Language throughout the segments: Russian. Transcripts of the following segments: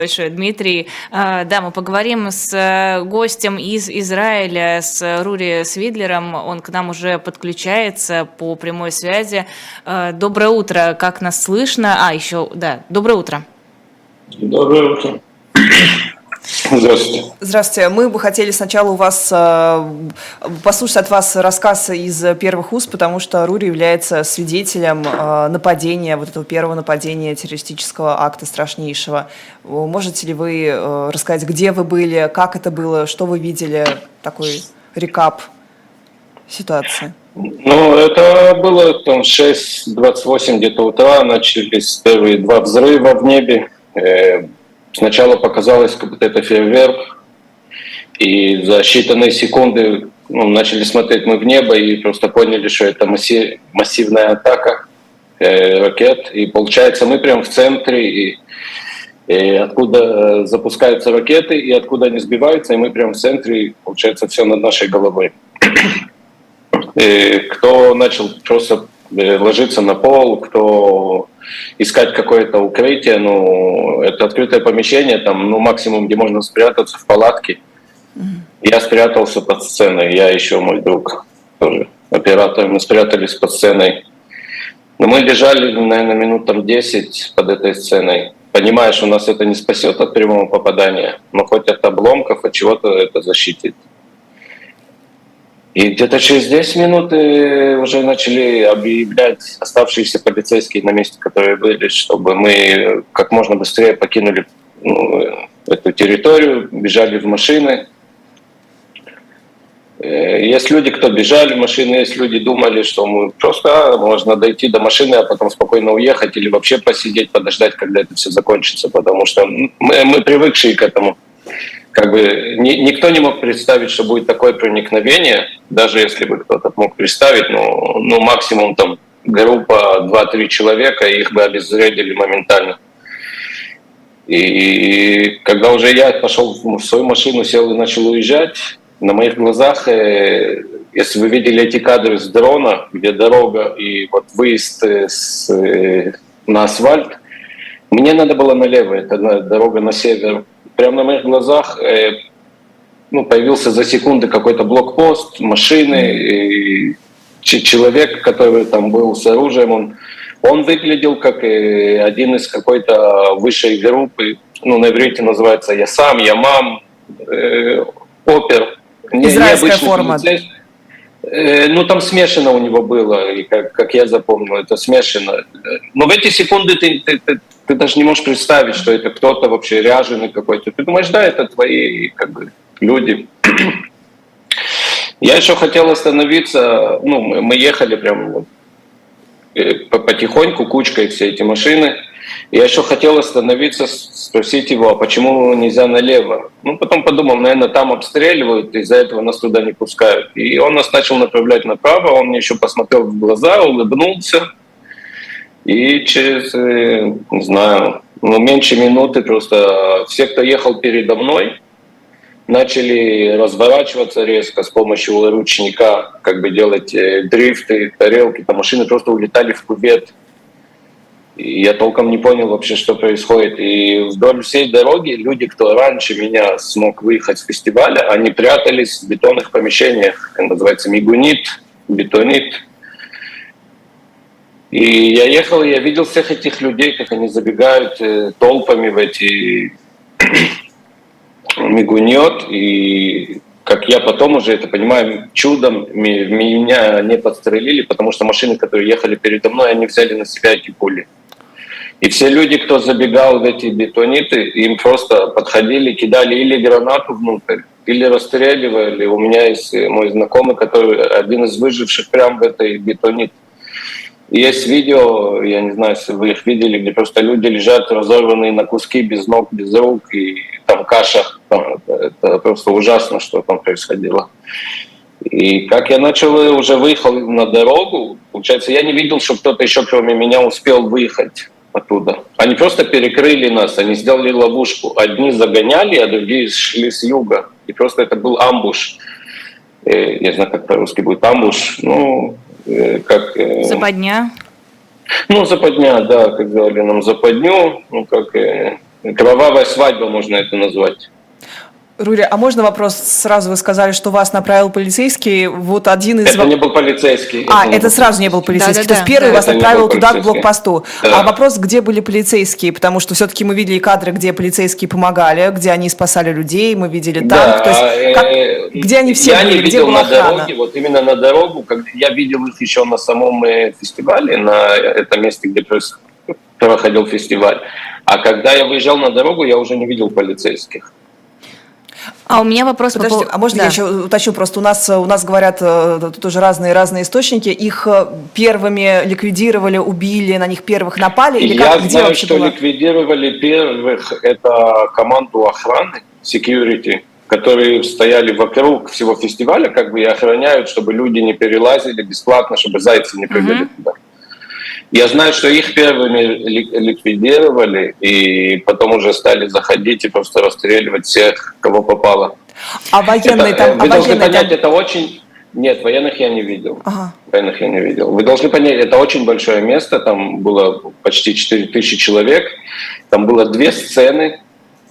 Большое, Дмитрий. Да, мы поговорим с гостем из Израиля, с Рури Свидлером. Он к нам уже подключается по прямой связи. Доброе утро, как нас слышно? Доброе утро. Доброе утро. Здравствуйте. Здравствуйте. Мы бы хотели сначала у вас послушать от вас рассказ из первых уст, потому что Рури является свидетелем нападения, вот этого первого нападения, террористического акта страшнейшего. Можете ли вы рассказать, где вы были, как это было, что вы видели, такой рекап ситуации? Ну, это было там 6:28 где-то утра, начались первые два взрыва в небе. Сначала показалось, как будто это фейерверк, и за считанные секунды начали смотреть мы в небо и просто поняли, что это массивная атака ракет. И получается, мы прямо в центре, и откуда запускаются ракеты, и откуда они сбиваются, и мы прямо в центре, и получается, все над нашей головой. И кто начал просто ложиться на пол, кто искать какое-то укрытие, это открытое помещение, там, максимум, где можно спрятаться, в палатке. Я спрятался под сценой, я еще мой друг, тоже оператор, мы спрятались под сценой. Но мы лежали, наверное, минут там 10 под этой сценой, понимая, что нас это не спасет от прямого попадания, но хоть от обломков, от чего-то это защитит. И где-то через 10 минут уже начали объявлять оставшиеся полицейские на месте, которые были, чтобы мы как можно быстрее покинули эту территорию, бежали в машины. Есть люди, кто бежали в машины, есть люди думали, что мы просто можно дойти до машины, а потом спокойно уехать или вообще посидеть, подождать, когда это все закончится, потому что мы привыкшие к этому. Как бы никто не мог представить, что будет такое проникновение, даже если бы кто-то мог представить, максимум там группа 2-3 человека, их бы обезвредили моментально. И когда уже я пошел в свою машину, сел и начал уезжать, на моих глазах, если вы видели эти кадры с дрона, где дорога и вот выезд на асфальт, мне надо было налево, это дорога на север. Прямо на моих глазах появился за секунды какой-то блокпост, машины, и человек, который там был с оружием, он выглядел как один из какой-то высшей группы, на иврите называется «Ясам», «Ямам», «Опер». Израильская форма. Там смешано у него было, и как я запомнил, это смешано. Но в эти секунды ты даже не можешь представить, что это кто-то вообще ряженый какой-то. Ты думаешь, да, это твои люди. Я еще хотел остановиться, мы ехали прям потихоньку, кучкой все эти машины. Я еще хотел остановиться, спросить его, а почему нельзя налево? Потом подумал, наверное, там обстреливают, из-за этого нас туда не пускают. И он нас начал направлять направо, он мне еще посмотрел в глаза, улыбнулся. И через, не знаю, меньше минуты просто все, кто ехал передо мной, начали разворачиваться резко с помощью ручника, делать дрифты, тарелки, там машины просто улетали в кювет. И я толком не понял вообще, что происходит. И вдоль всей дороги люди, кто раньше меня смог выехать с фестиваля, они прятались в бетонных помещениях, это называется мигунит, бетонит. И я ехал, и я видел всех этих людей, как они забегают толпами в эти мигуньот, и как я потом уже это понимаю, чудом меня не подстрелили, потому что машины, которые ехали передо мной, они взяли на себя эти пули. И все люди, кто забегал в эти бетониты, им просто подходили, кидали или гранату внутрь, или расстреливали. У меня есть мой знакомый, который один из выживших прямо в этой бетоните. Есть видео, я не знаю, если вы их видели, где просто люди лежат разорванные на куски, без ног, без рук, и там каша. Это просто ужасно, что там происходило. И как я уже выехал на дорогу, получается, я не видел, что кто-то еще, кроме меня, успел выехать оттуда. Они просто перекрыли нас, они сделали ловушку. Одни загоняли, а другие шли с юга. И просто это был амбуш. Я не знаю, как по-русски будет амбуш. Западня. Западня, да, как говорили нам, западню. Кровавая свадьба, можно это назвать. Рури, а можно вопрос? Сразу вы сказали, что вас направил полицейский. Вот один из... Это не был полицейский. Это сразу не был полицейский. То есть первый вас отправил туда, к блокпосту. Да. А вопрос, где были полицейские? Потому что все-таки мы видели кадры, где полицейские помогали, где они спасали людей, мы видели танк. Да, то есть, где они все я были, не где видел была на охрана? дороге, вот именно на дорогу, я видел их еще на самом фестивале, на этом месте, где проходил фестиваль. А когда я выезжал на дорогу, я уже не видел полицейских. А у меня вопрос... Подожди, а можно я еще уточню? Просто у нас говорят тут уже разные источники. Их первыми ликвидировали, убили, на них первых напали? Или я где знаю, вообще что было? ликвидировали первых, это команду охраны, security, которые стояли вокруг всего фестиваля, и охраняют, чтобы люди не перелазили бесплатно, чтобы зайцы не прыгали туда. Я знаю, что их первыми ликвидировали, и потом уже стали заходить и просто расстреливать всех, кого попало. А военные там... Вы должны понять, это очень... Нет, военных я не видел. Ага. Военных я не видел. Вы должны понять, это очень большое место, там было почти 4000 человек, там было 2 сцены,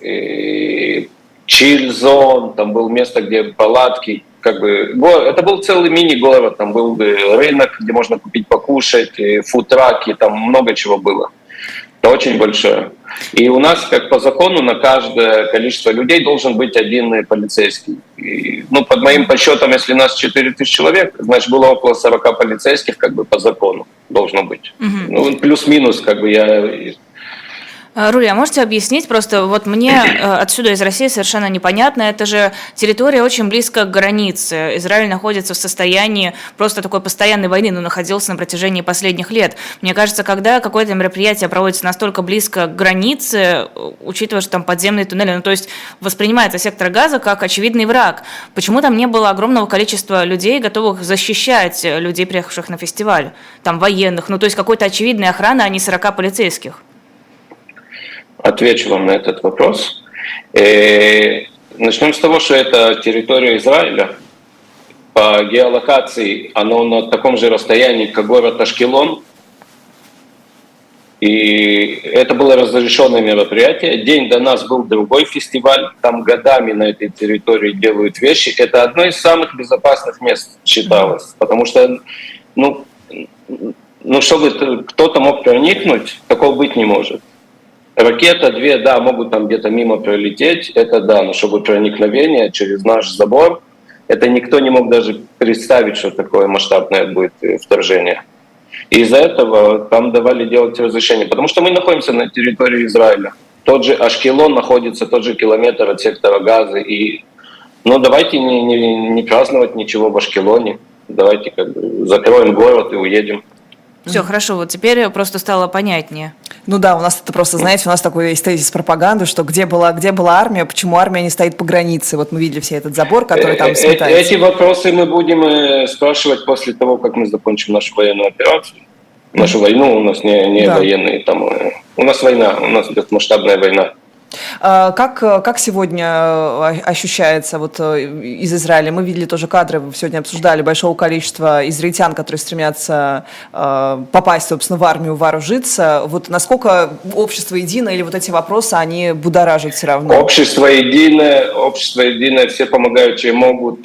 чиль-зон, там было место, где палатки. Это был целый мини-город, там был рынок, где можно купить покушать, фудтраки, там много чего было. Это очень большое. И у нас, как по закону, на каждое количество людей должен быть один полицейский. И, под моим подсчетом, если нас 4000 человек, значит, было около 40 полицейских, по закону должно быть. Плюс-минус, я... Рули, а можете объяснить, просто вот мне отсюда из России совершенно непонятно, это же территория очень близко к границе, Израиль находится в состоянии просто такой постоянной войны, находился на протяжении последних лет. Мне кажется, когда какое-то мероприятие проводится настолько близко к границе, учитывая, что там подземные туннели, то есть воспринимается сектор Газа как очевидный враг, почему там не было огромного количества людей, готовых защищать людей, приехавших на фестиваль, там военных, то есть какой-то очевидной охраны, а не 40 полицейских? Отвечу вам на этот вопрос. Начнем с того, что это территория Израиля. По геолокации оно на таком же расстоянии, как город Ашкелон. И это было разрешенное мероприятие. День до нас был другой фестиваль. Там годами на этой территории делают вещи. Это одно из самых безопасных мест считалось. Потому что, чтобы кто-то мог проникнуть, такого быть не может. Ракета, 2, могут там где-то мимо пролететь, это да, но чтобы проникновение через наш забор, это никто не мог даже представить, что такое масштабное будет вторжение. И из-за этого там давали делать разрешение, потому что мы находимся на территории Израиля. Тот же Ашкелон находится, тот же километр от сектора Газа. И, давайте не праздновать ничего в Ашкелоне, давайте закроем город и уедем. Все, хорошо, вот теперь просто стало понятнее. У нас это просто, знаете, у нас такой есть тезис пропаганды, что где была армия, почему армия не стоит по границе. Вот мы видели все этот забор, который там сметается. Эти вопросы мы будем спрашивать после того, как мы закончим нашу военную операцию. Нашу войну, у нас не военные, у нас война, у нас масштабная война. Как сегодня ощущается из Израиля? Мы видели тоже кадры, сегодня обсуждали большого количества израильтян, которые стремятся попасть, собственно, в армию, вооружиться. Насколько общество единое или эти вопросы, они будоражат все равно? Общество единое, все помогают, чем могут.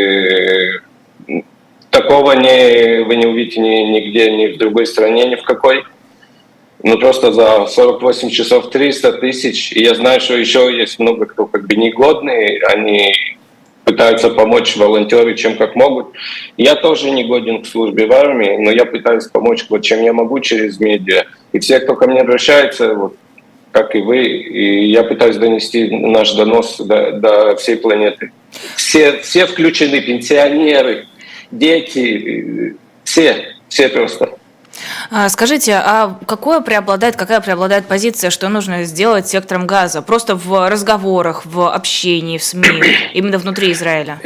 Такого вы не увидите нигде, ни в другой стране, ни в какой. Просто за 48 часов 300 тысяч. И я знаю, что еще есть много кто негодные. Они пытаются помочь волонтеры, чем как могут. Я тоже не годен к службе в армии, но я пытаюсь помочь, чем я могу, через медиа. И все, кто ко мне обращается, как и вы, и я пытаюсь донести наш донос до всей планеты. Все включены, пенсионеры, дети, все просто. Скажите, а какая преобладает позиция, что нужно сделать сектором Газа? Просто в разговорах, в общении, в СМИ, именно внутри Израиля?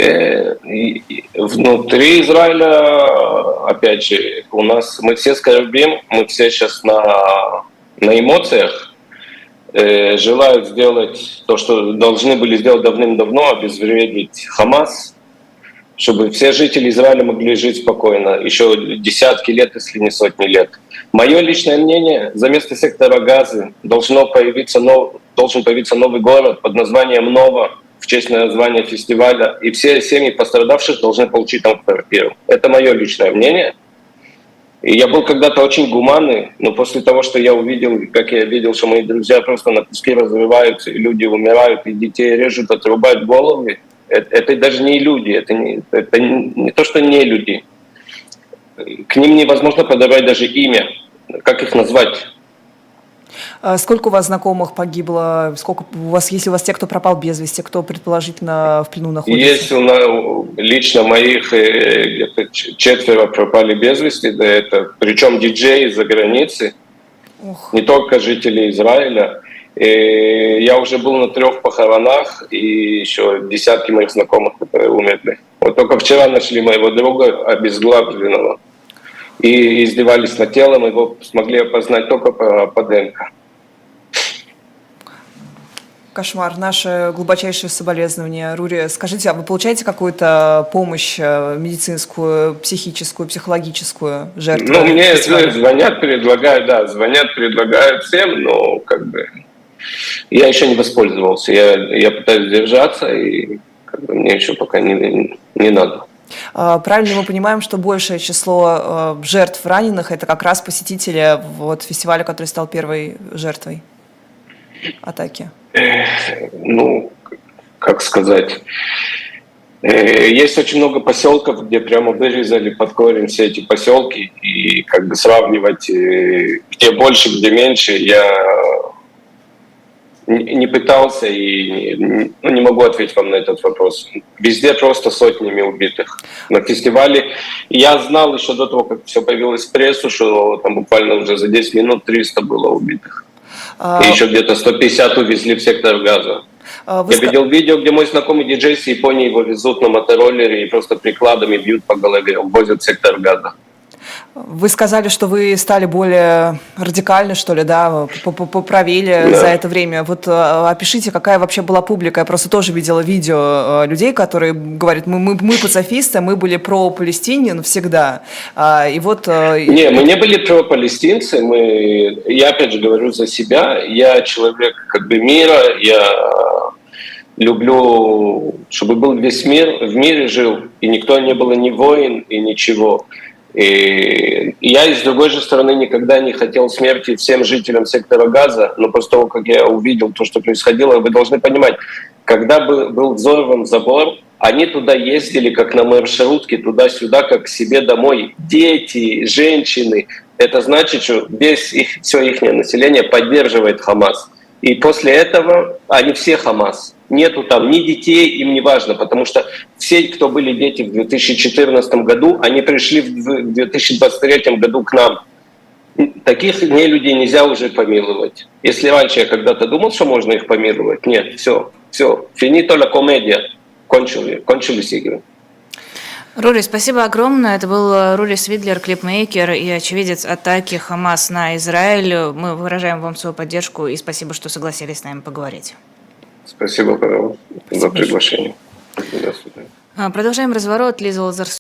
Внутри Израиля, опять же, мы все скорбим, мы все сейчас на эмоциях, желают сделать то, что должны были сделать давным-давно, обезвредить Хамас, чтобы все жители Израиля могли жить спокойно, еще десятки лет, если не сотни лет. Мое личное мнение, за место сектора Газа должно появиться должен появиться новый город под названием Нова в честь названия фестиваля, и все семьи пострадавших должны получить там квартиру. Это мое личное мнение. И я был когда-то очень гуманный, но после того, что я увидел, как я видел, что мои друзья просто на куски разрываются, и люди умирают, и детей режут, отрубают головы, это даже не люди, это не то, что не люди. К ним невозможно подобрать даже имя. Как их назвать? Сколько у вас знакомых погибло? Сколько у вас, если у вас те, кто пропал без вести, кто предположительно в плену находится? Есть лично моих где-то 4 пропали без вести, да, это, причем диджеи из-за границы, не только жители Израиля. И я уже был на 3 похоронах, и еще десятки моих знакомых, которые умерли. Вот только вчера нашли моего друга обезглавленного и издевались над телом, его смогли опознать только по ДНК. Кошмар. Наше глубочайшее соболезнование. Рури, скажите, а вы получаете какую-то помощь медицинскую, психическую, психологическую жертву? Ну, мне звонят, предлагают всем, но как бы я еще не воспользовался. Я пытаюсь держаться, и как бы мне еще пока не надо. Правильно мы понимаем, что большее число жертв раненых – это как раз посетители вот фестиваля, который стал первой жертвой атаки? Ну, как сказать, есть очень много поселков, где прямо вырезали под корень все эти поселки, и как бы сравнивать, где больше, где меньше, я не пытался и не могу ответить вам на этот вопрос. Везде просто сотнями убитых. На фестивале я знал еще до того, как все появилось в прессу, что там буквально уже за 10 минут 300 было убитых. И еще где-то 150 увезли в сектор Газа. Я видел видео, где мой знакомый диджей с Японии его везут на мотороллере и просто прикладами бьют по голове, возят в сектор Газа. Вы сказали, что вы стали более радикальны, что ли, да, поправили за это время. Вот опишите, какая вообще была публика. Я просто тоже видела видео людей, которые говорят, мы пацифисты, мы были про-Палестине навсегда. И вот... Не, мы не были про-палестинцы, я опять же говорю за себя, я человек как бы мира, я люблю, чтобы был весь мир, в мире жил, и никто не было ни воин и ничего. И я, и с другой же стороны, никогда не хотел смерти всем жителям сектора Газа, но после того, как я увидел то, что происходило, вы должны понимать, когда был взорван забор, они туда ездили как на маршрутке, туда-сюда, как к себе домой. Дети, женщины. Это значит, что все их население поддерживает Хамас. И после этого они все Хамас. Нету там ни детей, им не важно, потому что все, кто были дети в 2014 году, они пришли в 2023 году к нам. Таких нелюдей нельзя уже помиловать. Если раньше я когда-то думал, что можно их помиловать, нет, все. Финито ла комедия. Кончились игры. Рури, спасибо огромное. Это был Рури Свидлер, клипмейкер и очевидец атаки Хамас на Израиль. Мы выражаем вам свою поддержку и спасибо, что согласились с нами поговорить. Спасибо, пожалуйста, за приглашение. До свидания. Продолжаем разворот. Лиза Лазарс.